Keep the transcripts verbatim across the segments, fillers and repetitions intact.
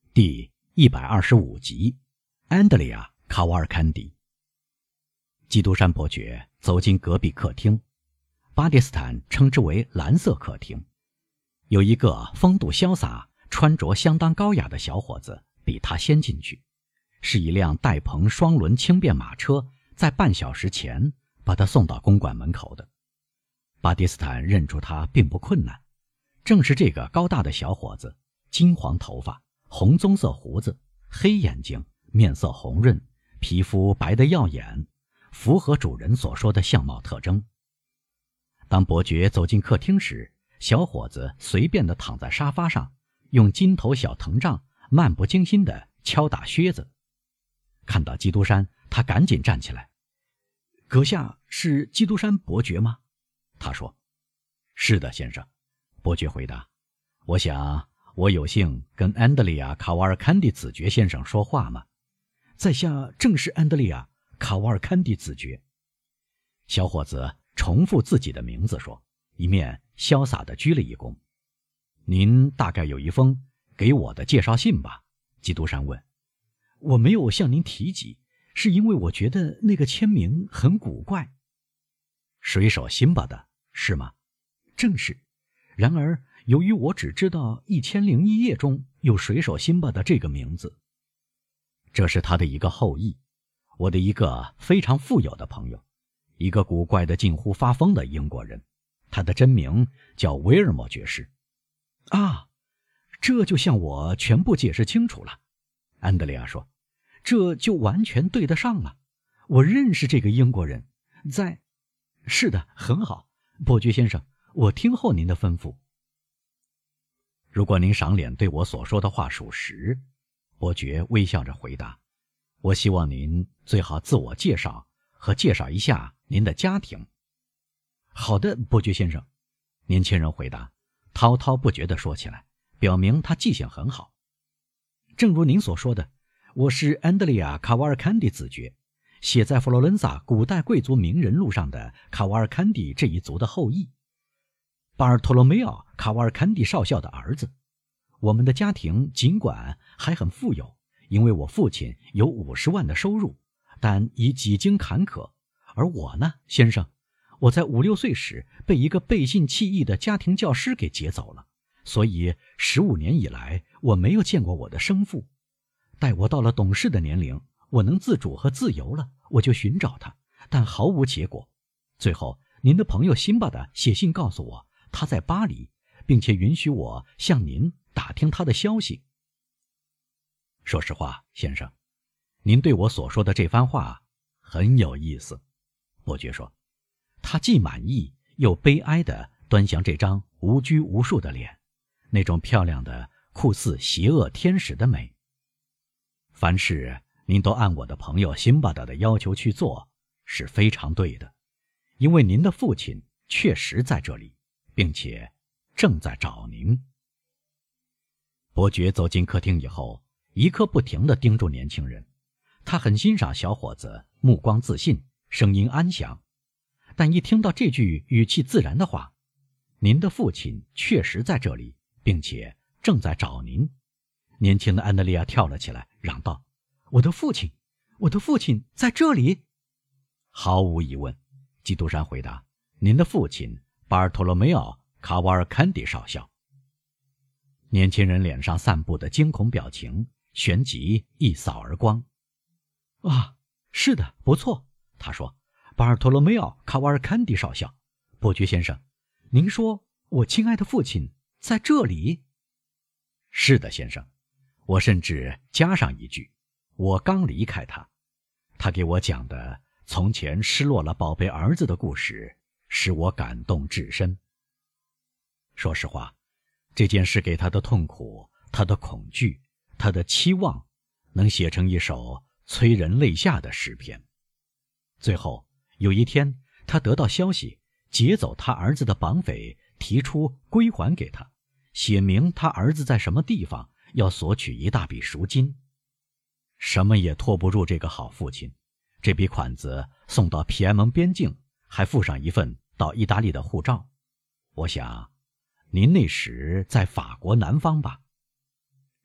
第一百二十五集，安德烈亚·卡瓦尔坎迪。基督山伯爵走进隔壁客厅，巴蒂斯坦称之为蓝色客厅。有一个风度潇洒、穿着相当高雅的小伙子比他先进去，是一辆带棚双轮轻便马车，在半小时前把他送到公馆门口的。巴蒂斯坦认出他并不困难，正是这个高大的小伙子，金黄头发，红棕色胡子，黑眼睛，面色红润，皮肤白得耀眼，符合主人所说的相貌特征。当伯爵走进客厅时，小伙子随便地躺在沙发上，用金头小藤杖漫不经心地敲打靴子。看到基督山，他赶紧站起来。阁下是基督山伯爵吗？他说。是的，先生。伯爵回答。我想我有幸跟安德烈亚·卡瓦尔坎蒂子爵先生说话吗？在下正是安德烈亚·卡瓦尔坎蒂子爵。小伙子重复自己的名字说，一面潇洒地鞠了一躬。您大概有一封给我的介绍信吧？基督山问。我没有向您提及，是因为我觉得那个签名很古怪。水手辛巴的，是吗？正是。然而由于我只知道一千零一夜中有水手辛巴的这个名字。这是他的一个后裔，我的一个非常富有的朋友，一个古怪的近乎发疯的英国人，他的真名叫威尔莫爵士。啊，这就向我全部解释清楚了。安德烈亚说，这就完全对得上了。我认识这个英国人，在……是的，很好，伯爵先生，我听候您的吩咐。如果您赏脸对我所说的话属实，伯爵微笑着回答，我希望您最好自我介绍和介绍一下您的家庭。好的，伯爵先生，年轻人回答，滔滔不绝地说起来，表明他记性很好。正如您所说的，我是安德烈亚·卡瓦尔坎蒂子爵，写在佛罗伦萨古代贵族名人录上的卡瓦尔坎蒂这一族的后裔，巴尔托罗梅奥·卡瓦尔坎蒂少校的儿子。我们的家庭尽管还很富有，因为我父亲有五十万的收入，但已几经坎坷。而我呢，先生，我在五六岁时被一个背信弃义的家庭教师给劫走了，所以十五年以来我没有见过我的生父。待我到了懂事的年龄，我能自主和自由了，我就寻找他，但毫无结果。最后您的朋友辛巴达写信告诉我他在巴黎，并且允许我向您打听他的消息。说实话，先生，您对我所说的这番话很有意思。伯爵说，他既满意又悲哀地端详这张无拘无束的脸，那种漂亮的酷似邪恶天使的美。凡事您都按我的朋友辛巴达的要求去做，是非常对的，因为您的父亲确实在这里，并且正在找您。伯爵走进客厅以后，一刻不停地盯住年轻人。他很欣赏小伙子目光自信，声音安详。但一听到这句语气自然的话，您的父亲确实在这里，并且正在找您，年轻的安德烈亚跳了起来，嚷道，我的父亲，我的父亲在这里？毫无疑问，基督山回答，您的父亲巴尔托罗梅奥·卡瓦尔坎蒂少校。年轻人脸上散布的惊恐表情旋即一扫而光。啊，是的，不错，他说，巴尔托罗梅奥·卡瓦尔坎蒂少校，伯爵先生，您说我亲爱的父亲在这里？是的，先生，我甚至加上一句，我刚离开他，他给我讲的从前失落了宝贝儿子的故事，使我感动至深。说实话，这件事给他的痛苦，他的恐惧，他的期望，能写成一首催人泪下的诗篇。最后有一天，他得到消息，劫走他儿子的绑匪提出归还给他，写明他儿子在什么地方，要索取一大笔赎金。什么也拖不住这个好父亲，这笔款子送到皮埃蒙边境，还附上一份到意大利的护照。我想您那时在法国南方吧？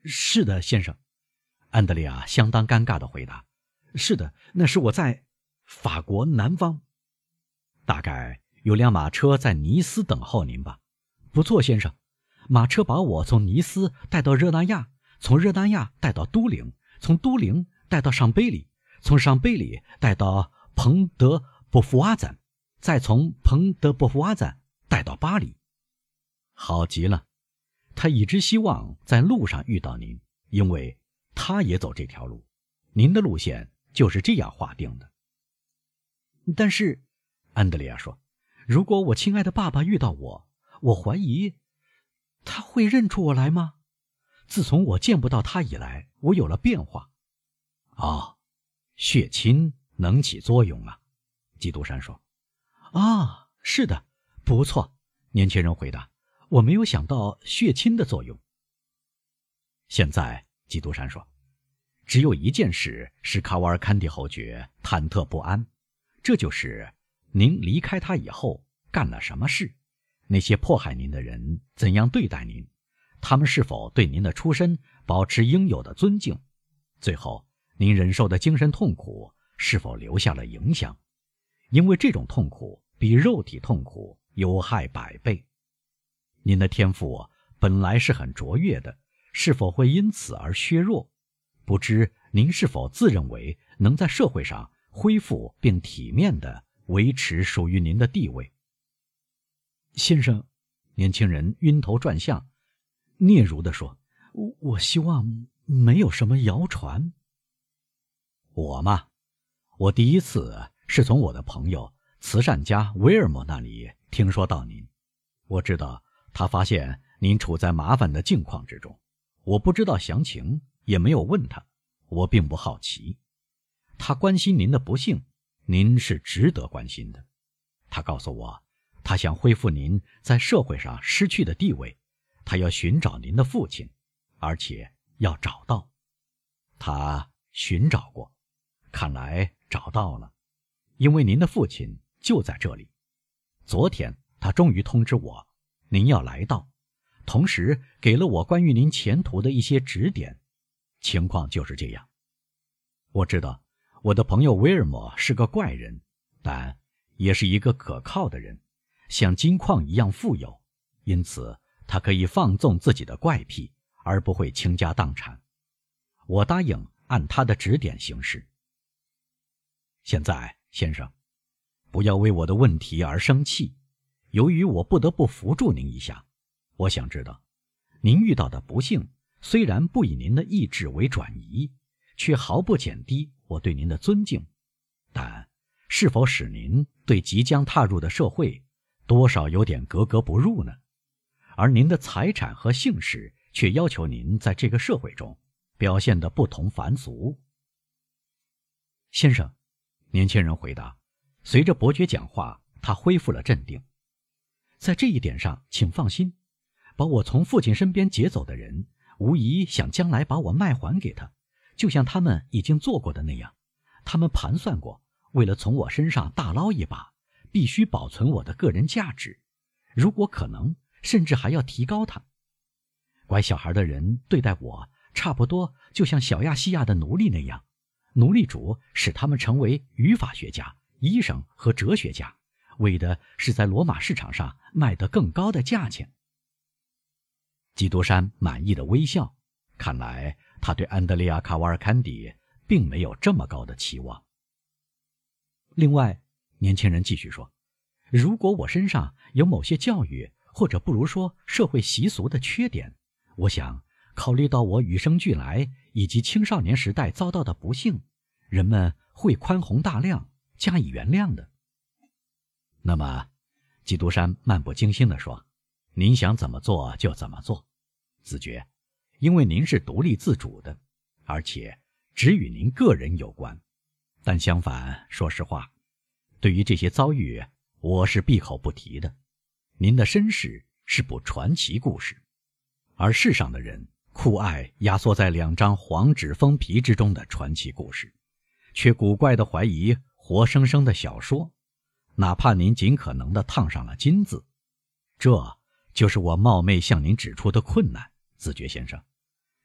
是的，先生。安德烈亚相当尴尬地回答：是的，那是我在法国南方。大概有辆马车在尼斯等候您吧？不错，先生。马车把我从尼斯带到热那亚，从热那亚带到都灵，从都灵带到上贝里，从上贝里带到彭德波夫瓦赞，再从彭德波夫瓦赞带到巴黎。好极了，他一直希望在路上遇到您，因为他也走这条路，您的路线就是这样划定的。但是，安德烈亚说，如果我亲爱的爸爸遇到我，我怀疑他会认出我来吗？自从我见不到他以来，我有了变化。哦，血亲能起作用啊，基督山说。啊，是的，不错，年轻人回答，我没有想到血亲的作用。现在，基督山说，只有一件事使卡瓦尔坎蒂侯爵忐忑不安，这就是您离开他以后干了什么事，那些迫害您的人怎样对待您，他们是否对您的出身保持应有的尊敬，最后您忍受的精神痛苦是否留下了影响，因为这种痛苦比肉体痛苦有害百倍。您的天赋本来是很卓越的，是否会因此而削弱？不知您是否自认为能在社会上恢复并体面地维持属于您的地位？先生，年轻人晕头转向，嗫嚅地说，我我希望没有什么谣传。我嘛，我第一次是从我的朋友慈善家威尔莫那里听说到您。我知道他发现您处在麻烦的境况之中，我不知道详情，也没有问他，我并不好奇。他关心您的不幸，您是值得关心的。他告诉我，他想恢复您在社会上失去的地位，他要寻找您的父亲，而且要找到。他寻找过，看来找到了，因为您的父亲就在这里。昨天他终于通知我，您要来到，同时给了我关于您前途的一些指点。情况就是这样。我知道我的朋友威尔莫是个怪人，但也是一个可靠的人，像金矿一样富有，因此他可以放纵自己的怪癖，而不会倾家荡产。我答应按他的指点行事。现在，先生，不要为我的问题而生气，由于我不得不扶助您一下。我想知道，您遇到的不幸虽然不以您的意志为转移，却毫不减低我对您的尊敬，但是否使您对即将踏入的社会多少有点格格不入呢？而您的财产和姓氏却要求您在这个社会中表现得不同凡俗。先生，年轻人回答，随着伯爵讲话，他恢复了镇定。在这一点上，请放心，把我从父亲身边劫走的人无疑想将来把我卖还给他，就像他们已经做过的那样。他们盘算过，为了从我身上大捞一把，必须保存我的个人价值，如果可能，甚至还要提高它。拐小孩的人对待我差不多就像小亚细亚的奴隶那样，奴隶主使他们成为语法学家、医生和哲学家，为的是在罗马市场上卖得更高的价钱。基督山满意的微笑，看来他对安德烈亚·卡瓦尔坎蒂并没有这么高的期望。另外，年轻人继续说，如果我身上有某些教育，或者不如说社会习俗的缺点，我想考虑到我与生俱来以及青少年时代遭到的不幸，人们会宽宏大量，加以原谅的。那么，基督山漫不经心地说，您想怎么做就怎么做，子爵，因为您是独立自主的，而且只与您个人有关。但相反，说实话，对于这些遭遇，我是闭口不提的。您的身世是部传奇故事，而世上的人酷爱压缩在两张黄纸封皮之中的传奇故事，却古怪地怀疑活生生的小说，哪怕您尽可能地烫上了金字。这就是我冒昧向您指出的困难，子爵先生。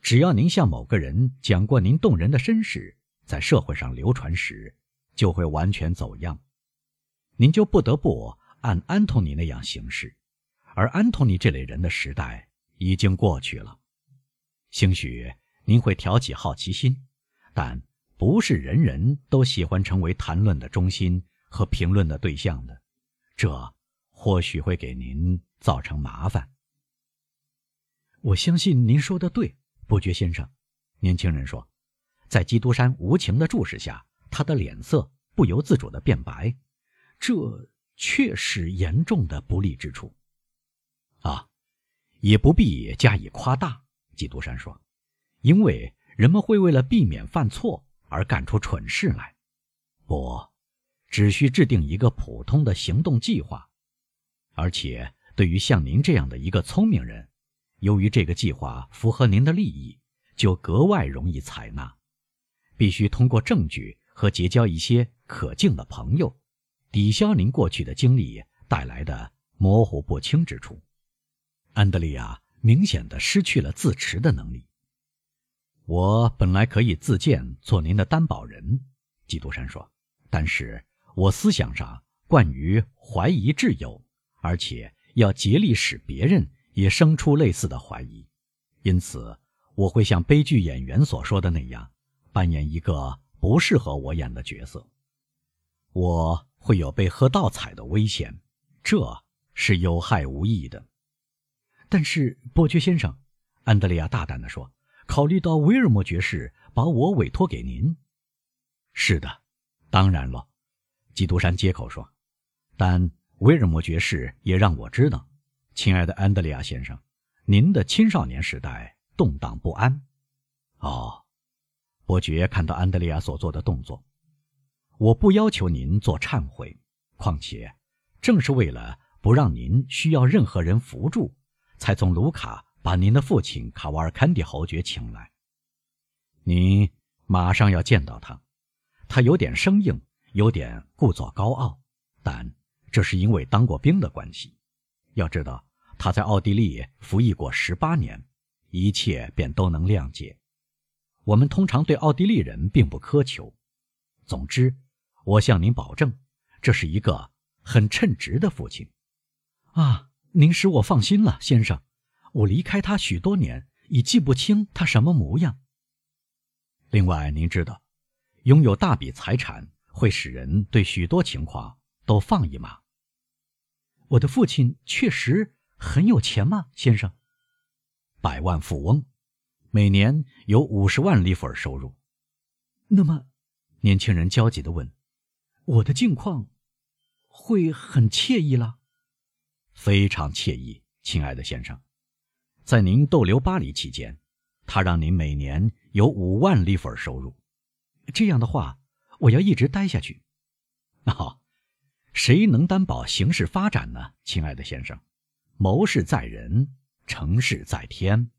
只要您向某个人讲过您动人的身世，在社会上流传时，就会完全走样。您就不得不按安东尼那样行事，而安东尼这类人的时代已经过去了。兴许您会挑起好奇心，但不是人人都喜欢成为谈论的中心和评论的对象的，这或许会给您造成麻烦。我相信您说的对，伯爵先生，年轻人说。在基督山无情的注视下，他的脸色不由自主地变白，这确是严重的不利之处。啊，也不必加以夸大，基督山说，因为人们会为了避免犯错而干出蠢事来。不，只需制定一个普通的行动计划，而且对于像您这样的一个聪明人，由于这个计划符合您的利益，就格外容易采纳。必须通过证据和结交一些可敬的朋友，抵消您过去的经历带来的模糊不清之处。安德利亚明显地失去了自持的能力。我本来可以自荐做您的担保人，基督山说，但是我思想上惯于怀疑挚友，而且要竭力使别人也生出类似的怀疑，因此我会像悲剧演员所说的那样，扮演一个不适合我演的角色。我会有被喝倒彩的危险，这是有害无益的。但是伯爵先生，安德烈亚大胆地说，考虑到威尔莫爵士把我委托给您。是的，当然了，基督山接口说，但威尔莫爵士也让我知道，亲爱的安德烈亚先生，您的青少年时代动荡不安。哦，伯爵看到安德烈亚所做的动作，我不要求您做忏悔，况且正是为了不让您需要任何人扶助，才从卢卡把您的父亲卡瓦尔坎蒂侯爵请来。您马上要见到他，他有点生硬，有点故作高傲，但这是因为当过兵的关系。要知道，他在奥地利服役过十八年，一切便都能谅解。我们通常对奥地利人并不苛求。总之，我向您保证，这是一个很称职的父亲。啊，您使我放心了，先生。我离开他许多年，已记不清他什么模样。另外，您知道，拥有大笔财产会使人对许多情况都放一马。我的父亲确实很有钱吗，先生？百万富翁，每年有五十万里弗尔收入。那么，年轻人焦急地问，我的境况会很惬意了？非常惬意，亲爱的先生。在您逗留巴黎期间，他让您每年有五万里弗尔收入。这样的话，我要一直待下去。哦，谁能担保形势发展呢，亲爱的先生？谋事在人，成事在天。